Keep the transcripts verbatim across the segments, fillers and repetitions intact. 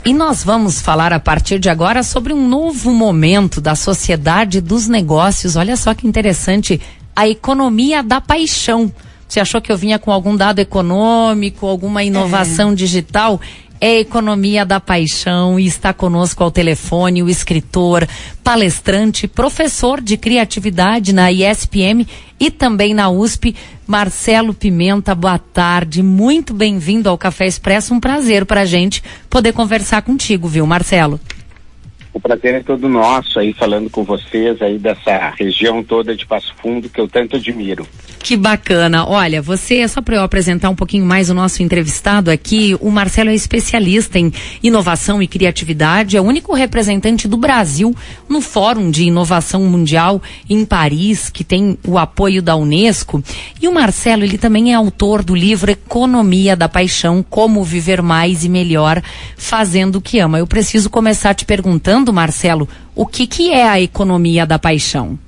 E nós vamos falar a partir de agora sobre um novo momento da sociedade dos negócios. Olha só que interessante, a economia da paixão. Você achou que eu vinha com algum dado econômico, alguma inovação é. digital? É economia da paixão e está conosco ao telefone o escritor, palestrante, professor de criatividade na I S P M e também na U S P, Marcelo Pimenta. Boa tarde, muito bem-vindo ao Café Expresso, um prazer pra gente poder conversar contigo, viu, Marcelo? O prazer é todo nosso aí, falando com vocês aí dessa região toda de Passo Fundo que eu tanto admiro. Que bacana. Olha, você, só para eu apresentar um pouquinho mais o nosso entrevistado aqui, o Marcelo é especialista em inovação e criatividade, é o único representante do Brasil no Fórum de Inovação Mundial em Paris, que tem o apoio da Unesco. E o Marcelo, ele também é autor do livro Economia da Paixão, Como Viver Mais e Melhor Fazendo o que Ama. Eu preciso começar te perguntando, Marcelo, o que que é a economia da paixão?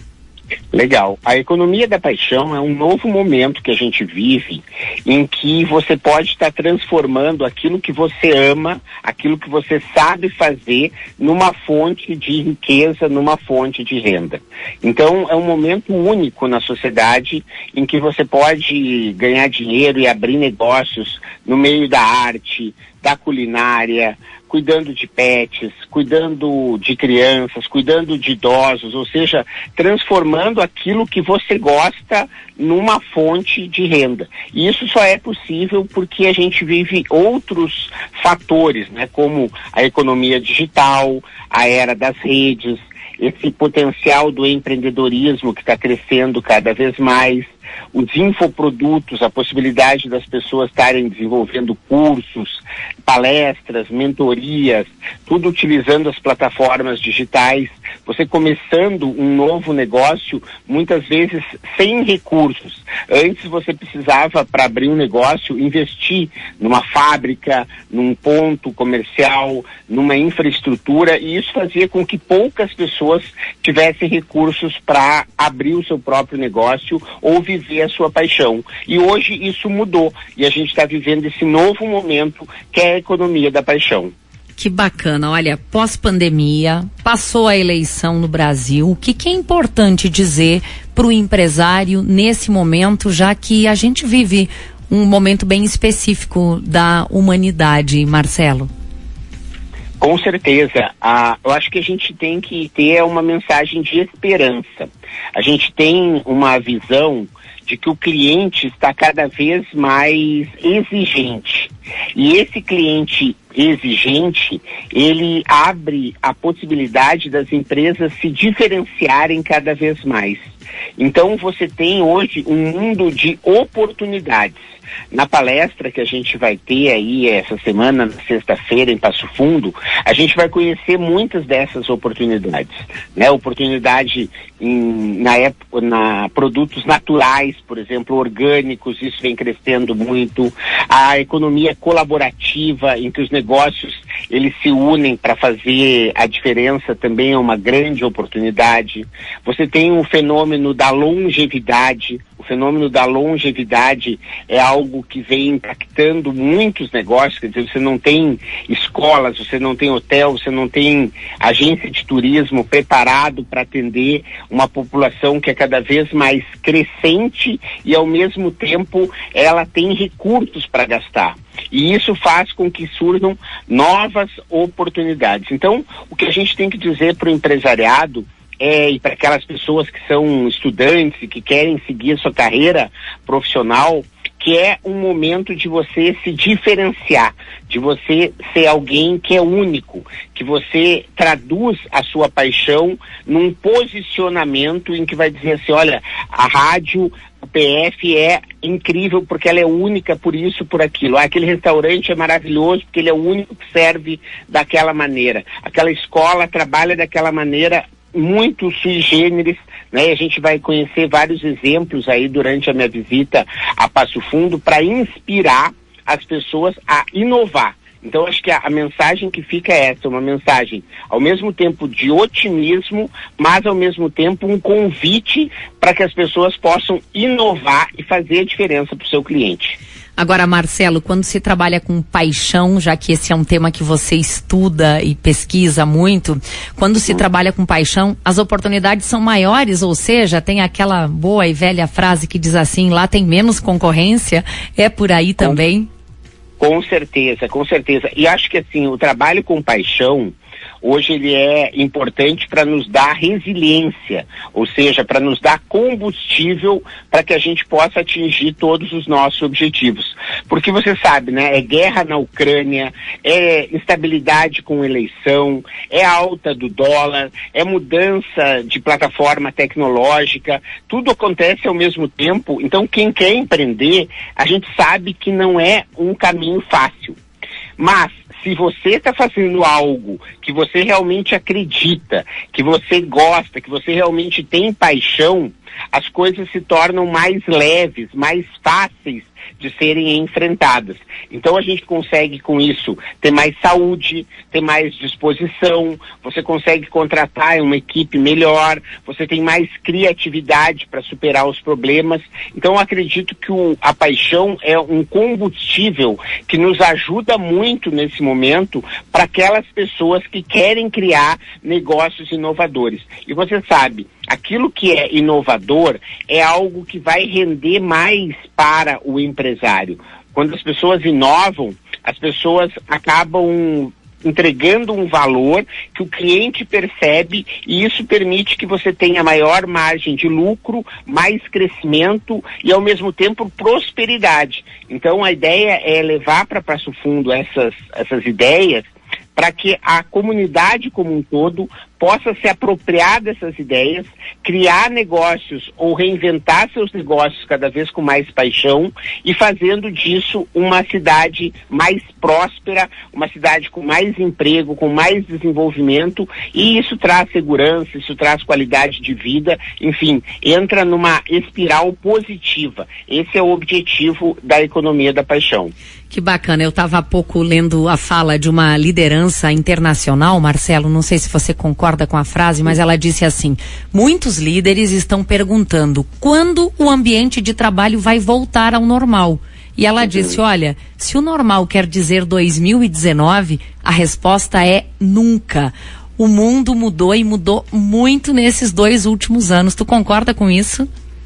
Legal. A economia da paixão é um novo momento que a gente vive em que você pode estar transformando aquilo que você ama, aquilo que você sabe fazer, numa fonte de riqueza, numa fonte de renda. Então, é um momento único na sociedade em que você pode ganhar dinheiro e abrir negócios no meio da arte, da culinária, cuidando de pets, cuidando de crianças, cuidando de idosos, ou seja, transformando aquilo que você gosta numa fonte de renda. E isso só é possível porque a gente vive outros fatores, né, como a economia digital, a era das redes, esse potencial do empreendedorismo que está crescendo cada vez mais, os infoprodutos, a possibilidade das pessoas estarem desenvolvendo cursos, palestras, mentorias, tudo utilizando as plataformas digitais, você começando um novo negócio, muitas vezes sem recursos. Antes você precisava, para abrir um negócio, investir numa fábrica, num ponto comercial, numa infraestrutura, e isso fazia com que poucas pessoas tivessem recursos para abrir o seu próprio negócio ou viver a sua paixão. E hoje isso mudou e a gente está vivendo esse novo momento que é a economia da paixão. Que bacana. Olha, pós-pandemia, passou a eleição no Brasil. O que, que é importante dizer para o empresário nesse momento, já que a gente vive um momento bem específico da humanidade, Marcelo? Com certeza. Ah, eu acho que a gente tem que ter uma mensagem de esperança. A gente tem uma visão de que o cliente está cada vez mais exigente. E esse cliente exigente, ele abre a possibilidade das empresas se diferenciarem cada vez mais. Então você tem hoje um mundo de oportunidades. Na palestra que a gente vai ter aí essa semana, na sexta-feira, em Passo Fundo, a gente vai conhecer muitas dessas oportunidades, né? Oportunidade em, na época, na produtos naturais, por exemplo, orgânicos, isso vem crescendo muito. A economia colaborativa, em que os negócios, eles se unem para fazer a diferença, também é uma grande oportunidade. Você tem um fenômeno da longevidade. O fenômeno da longevidade é algo que vem impactando muitos negócios, quer dizer, você não tem escolas, você não tem hotel, você não tem agência de turismo preparado para atender uma população que é cada vez mais crescente e, ao mesmo tempo, ela tem recursos para gastar. E isso faz com que surjam novas oportunidades. Então, o que a gente tem que dizer para o empresariado É, e para aquelas pessoas que são estudantes e que querem seguir a sua carreira profissional, que é um momento de você se diferenciar, de você ser alguém que é único, que você traduz a sua paixão num posicionamento em que vai dizer assim, olha, a rádio, o P F é incrível porque ela é única por isso, por aquilo. Ah, aquele restaurante é maravilhoso porque ele é o único que serve daquela maneira. Aquela escola trabalha daquela maneira muito sui generis, né? A gente vai conhecer vários exemplos aí durante a minha visita a Passo Fundo para inspirar as pessoas a inovar. Então, acho que a, a mensagem que fica é essa, uma mensagem ao mesmo tempo de otimismo, mas ao mesmo tempo um convite para que as pessoas possam inovar e fazer a diferença para o seu cliente. Agora, Marcelo, quando se trabalha com paixão, já que esse é um tema que você estuda e pesquisa muito, quando se trabalha com paixão, as oportunidades são maiores, ou seja, tem aquela boa e velha frase que diz assim, lá tem menos concorrência, é por aí com, também? Com certeza, com certeza. E acho que assim, o trabalho com paixão, hoje ele é importante para nos dar resiliência, ou seja, para nos dar combustível para que a gente possa atingir todos os nossos objetivos. Porque você sabe, né, é guerra na Ucrânia, é instabilidade com eleição, é alta do dólar, é mudança de plataforma tecnológica, tudo acontece ao mesmo tempo. Então quem quer empreender, a gente sabe que não é um caminho fácil. Mas se você está fazendo algo que você realmente acredita, que você gosta, que você realmente tem paixão, as coisas se tornam mais leves, mais fáceis de serem enfrentadas. Então a gente consegue com isso ter mais saúde, ter mais disposição, você consegue contratar uma equipe melhor, você tem mais criatividade para superar os problemas. Então eu acredito que o, a paixão é um combustível que nos ajuda muito nesse momento para aquelas pessoas que querem criar negócios inovadores. E você sabe, aquilo que é inovador é algo que vai render mais para o empresário. Quando as pessoas inovam, as pessoas acabam entregando um valor que o cliente percebe, e isso permite que você tenha maior margem de lucro, mais crescimento e ao mesmo tempo prosperidade. Então a ideia é levar para Passo Fundo essas, essas ideias para que a comunidade como um todo possa se apropriar dessas ideias, criar negócios ou reinventar seus negócios cada vez com mais paixão e fazendo disso uma cidade mais próspera, uma cidade com mais emprego, com mais desenvolvimento, e isso traz segurança, isso traz qualidade de vida, enfim, entra numa espiral positiva. Esse é o objetivo da economia da paixão. Que bacana, eu estava há pouco lendo a fala de uma liderança internacional, Marcelo, não sei se você concorda com a frase, mas ela disse assim, muitos líderes estão perguntando quando o ambiente de trabalho vai voltar ao normal. E ela disse, olha, se o normal quer dizer dois mil e dezenove, a resposta é nunca. O mundo mudou e mudou muito nesses dois últimos anos. Tu concorda com isso?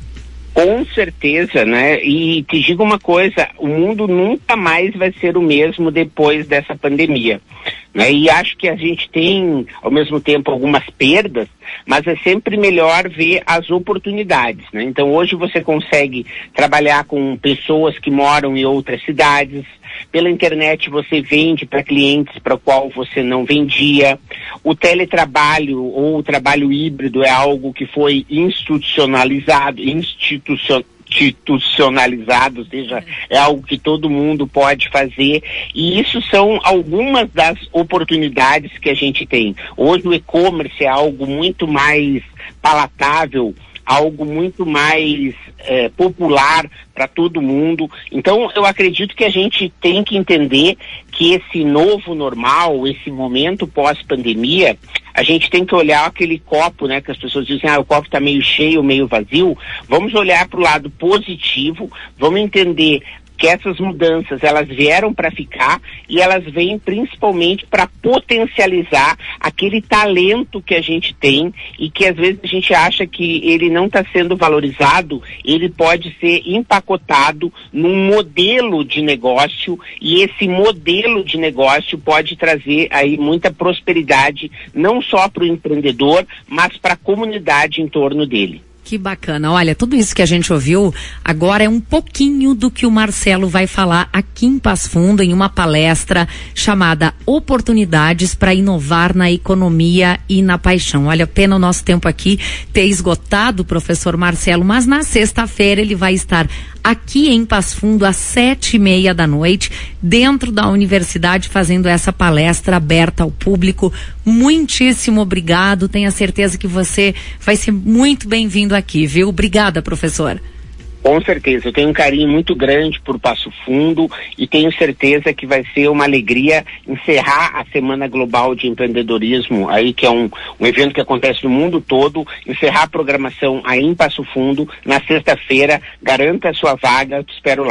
Com certeza, né? E te digo uma coisa, o mundo nunca mais vai ser o mesmo depois dessa pandemia, né? E acho que a gente tem, ao mesmo tempo, algumas perdas, mas é sempre melhor ver as oportunidades, né? Então hoje você consegue trabalhar com pessoas que moram em outras cidades, pela internet você vende para clientes para o qual você não vendia. O teletrabalho ou o trabalho híbrido é algo que foi institucionalizado, institucion, institucionalizado, ou seja, é algo que todo mundo pode fazer, e isso são algumas das oportunidades que a gente tem. Hoje o e-commerce é algo muito mais palatável, algo muito mais é, popular para todo mundo. Então eu acredito que a gente tem que entender que esse novo normal, esse momento pós-pandemia, a gente tem que olhar aquele copo, né, que as pessoas dizem, ah, o copo está meio cheio, meio vazio. Vamos olhar para o lado positivo, vamos entender que essas mudanças, elas vieram para ficar, e elas vêm principalmente para potencializar aquele talento que a gente tem e que às vezes a gente acha que ele não está sendo valorizado. Ele pode ser empacotado num modelo de negócio, e esse modelo de negócio pode trazer aí muita prosperidade, não só para o empreendedor, mas para a comunidade em torno dele. Que bacana. Olha, tudo isso que a gente ouviu agora é um pouquinho do que o Marcelo vai falar aqui em Passo Fundo, em uma palestra chamada Oportunidades para Inovar na Economia e na Paixão. Olha, pena o nosso tempo aqui ter esgotado, professor Marcelo, mas na sexta-feira ele vai estar aqui em Passo Fundo às sete e meia da noite, dentro da universidade, fazendo essa palestra aberta ao público. Muitíssimo obrigado, tenho a certeza que você vai ser muito bem-vindo aqui, viu? Obrigada, professor. Com certeza, eu tenho um carinho muito grande por Passo Fundo e tenho certeza que vai ser uma alegria encerrar a Semana Global de Empreendedorismo, aí que é um, um evento que acontece no mundo todo, encerrar a programação aí em Passo Fundo na sexta-feira. Garanta a sua vaga, eu te espero lá.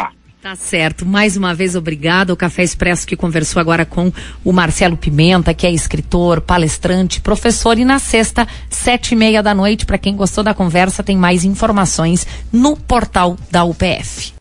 Tá certo. Mais uma vez, obrigada. O Café Expresso que conversou agora com o Marcelo Pimenta, que é escritor, palestrante, professor. E na sexta, sete e meia da noite, para quem gostou da conversa, tem mais informações no portal da U P F.